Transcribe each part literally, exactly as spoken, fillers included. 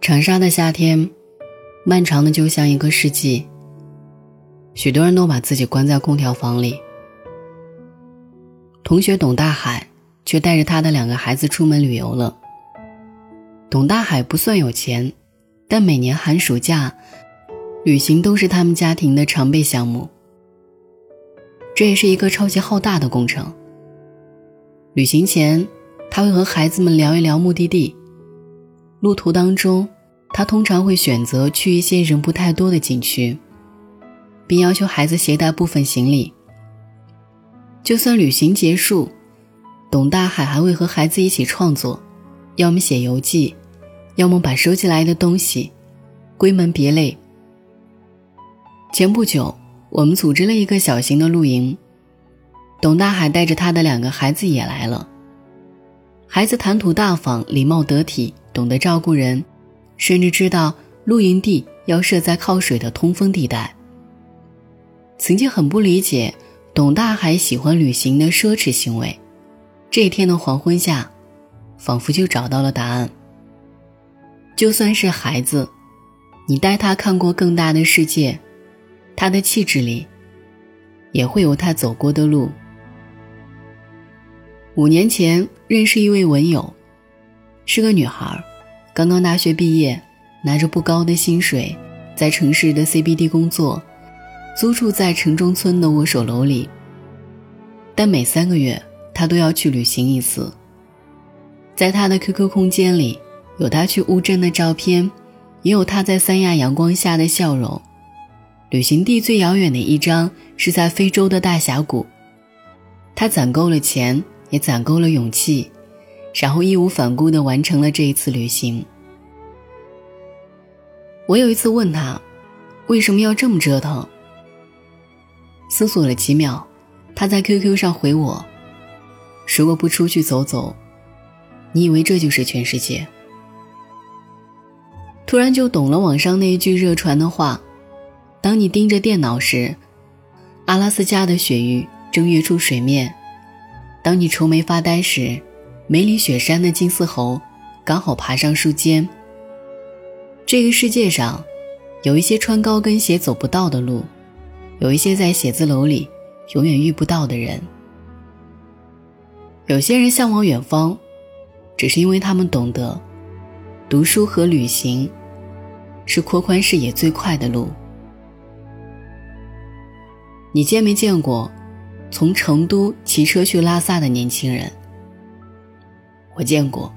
长沙的夏天，漫长的就像一个世纪，许多人都把自己关在空调房里。同学董大海却带着他的两个孩子出门旅游了。董大海不算有钱，但每年寒暑假，旅行都是他们家庭的常备项目。这也是一个超级浩大的工程。旅行前，他会和孩子们聊一聊目的地。路途当中，他通常会选择去一些人不太多的景区，并要求孩子携带部分行李。就算旅行结束，董大海还会和孩子一起创作，要么写游记，要么把收集来的东西归门别类。前不久，我们组织了一个小型的露营，董大海带着他的两个孩子也来了。孩子谈吐大方，礼貌得体，懂得照顾人，甚至知道露营地要设在靠水的通风地带。曾经很不理解董大海喜欢旅行的奢侈行为，这一天的黄昏下，仿佛就找到了答案。就算是孩子，你带他看过更大的世界，他的气质里也会有他走过的路。五年前认识一位文友，是个女孩，刚刚大学毕业，拿着不高的薪水，在城市的 C B D 工作，租住在城中村的握手楼里。但每三个月她都要去旅行一次。在她的 Q Q 空间里，有她去乌镇的照片，也有她在三亚阳光下的笑容。旅行地最遥远的一张是在非洲的大峡谷。她攒够了钱，也攒够了勇气，然后义无反顾地完成了这一次旅行。我有一次问他为什么要这么折腾，思索了几秒，他在 Q Q 上回我，如果不出去走走，你以为这就是全世界？突然就懂了网上那一句热传的话，当你盯着电脑时，阿拉斯加的雪域正跃出水面，当你愁眉发呆时，梅里雪山的金丝猴刚好爬上树尖。这个世界上有一些穿高跟鞋走不到的路，有一些在写字楼里永远遇不到的人。有些人向往远方，只是因为他们懂得读书和旅行是扩宽视野最快的路。你见没见过从成都骑车去拉萨的年轻人？我见过。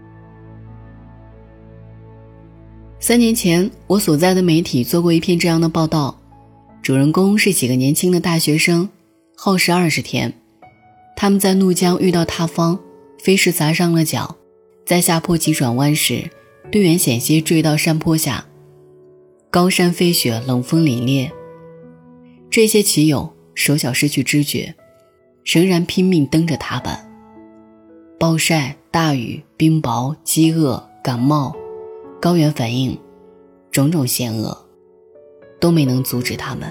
三年前，我所在的媒体做过一篇这样的报道，主人公是几个年轻的大学生，耗时二十天。他们在怒江遇到塌方，飞石砸伤了脚，在下坡急转弯时，队员险些坠到山坡下。高山飞雪，冷风凛冽，这些骑友手脚失去知觉，仍然拼命蹬着踏板。暴晒、大雨、冰雹、饥饿、感冒、高原反应，种种险恶都没能阻止他们。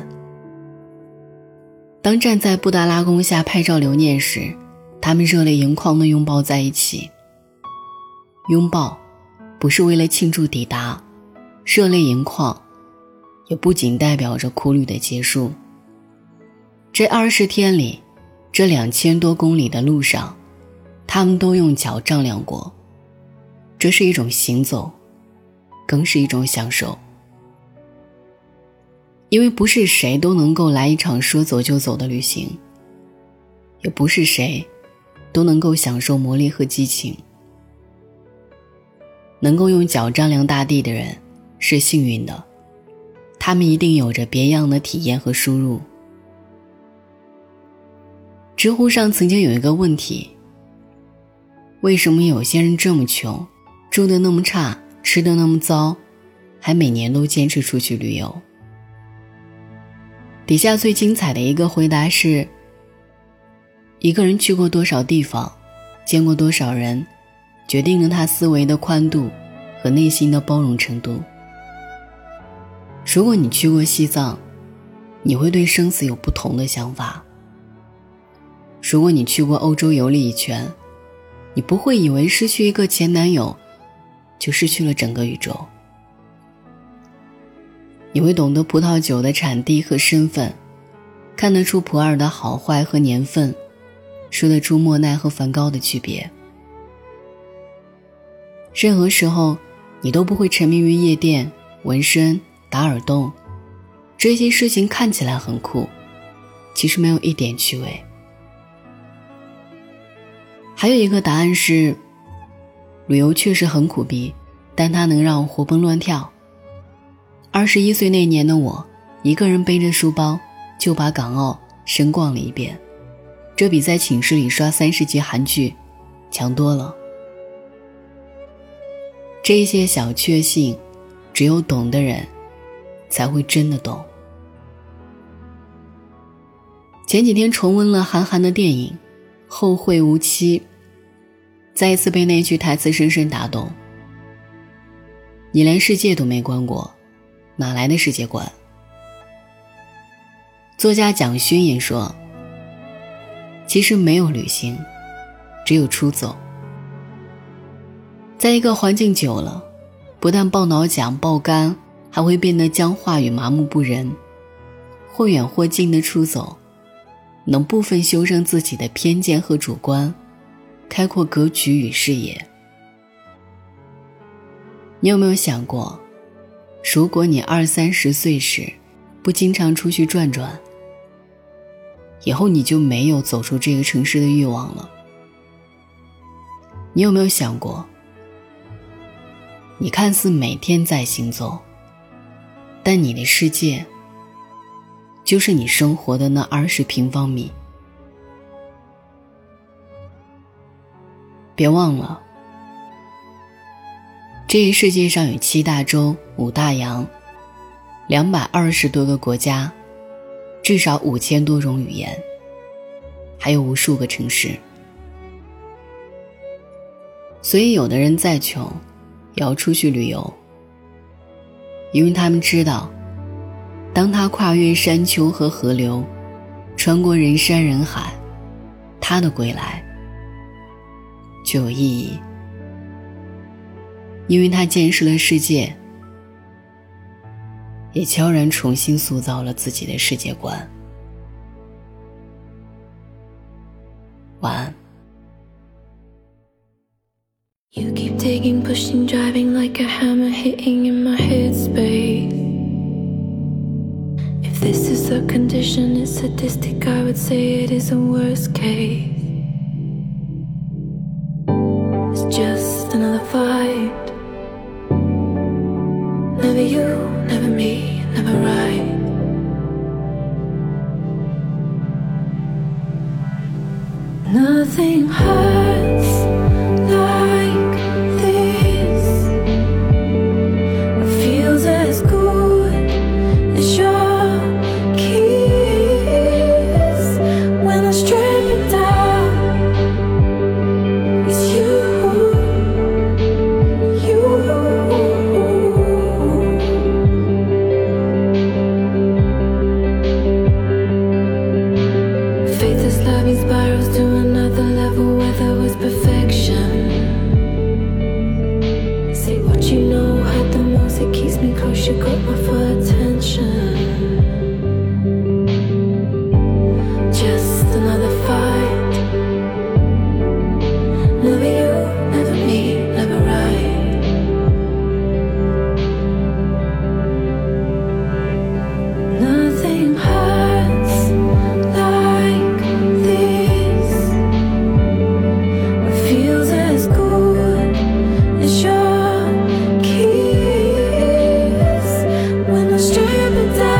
当站在布达拉宫下拍照留念时，他们热泪盈眶地拥抱在一起。拥抱不是为了庆祝抵达，热泪盈眶也不仅代表着苦旅的结束。这二十天里，这两千多公里的路上，他们都用脚丈量过。这是一种行走，更是一种享受。因为不是谁都能够来一场说走就走的旅行，也不是谁都能够享受磨砺和激情。能够用脚丈量大地的人是幸运的，他们一定有着别样的体验和输入。知乎上曾经有一个问题，为什么有些人这么穷，住得那么差，吃得那么糟，还每年都坚持出去旅游？底下最精彩的一个回答是，一个人去过多少地方，见过多少人，决定了他思维的宽度和内心的包容程度。如果你去过西藏，你会对生死有不同的想法。如果你去过欧洲游历一圈，你不会以为失去一个前男友就失去了整个宇宙。 你会懂得葡萄酒的产地和身份，看得出普洱的好坏和年份，说得出莫奈和梵高的区别。任何时候你都不会沉迷于夜店、纹身、打耳洞，这些事情看起来很酷，其实没有一点趣味。还有一个答案是，旅游确实很苦逼，但它能让我活蹦乱跳。二十一岁那年的我，一个人背着书包就把港澳深逛了一遍，这比在寝室里刷三十集韩剧强多了。这些小确幸，只有懂的人才会真的懂。前几天重温了韩寒的电影《后会无期》，再一次被那句台词深深打动。你连世界都没观过，哪来的世界观？作家蒋勋也说，其实没有旅行，只有出走。在一个环境久了，不但爆脑奖爆肝，还会变得僵化与麻木不仁。或远或近的出走，能部分修正自己的偏见和主观，开阔格局与视野。你有没有想过，如果你二三十岁时不经常出去转转，以后你就没有走出这个城市的欲望了？你有没有想过，你看似每天在行走，但你的世界就是你生活的那二十平方米。别忘了，这一世界上有七大洲、五大洋，两百二十多个国家，至少五千多种语言，还有无数个城市。所以有的人再穷也要出去旅游，因为他们知道，当他跨越山丘和河流，穿过人山人海，他的归来就有意义，因为他见识了世界，也悄然重新塑造了自己的世界观。晚安。 You keep taking, pushing, driving like a hammer, hitting in my headspace. If this is a condition, it's sadistic, I would say it is a worst case. It's just another fight. Never you, never me, never right. Nothing hurts like this. It feels as good as your kiss. When I strip it down, it's you, you. Faith is loving spirals to another level where there was perfection. Say what you know, hurt the most, it keeps me close, you got my full attention. Just another fight. Never you, never me, never right. Nothing hurts like this. It feels as good as your kiss. When I strip it down,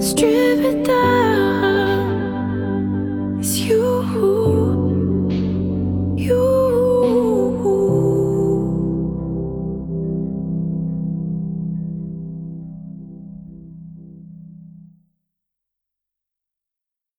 strip it down.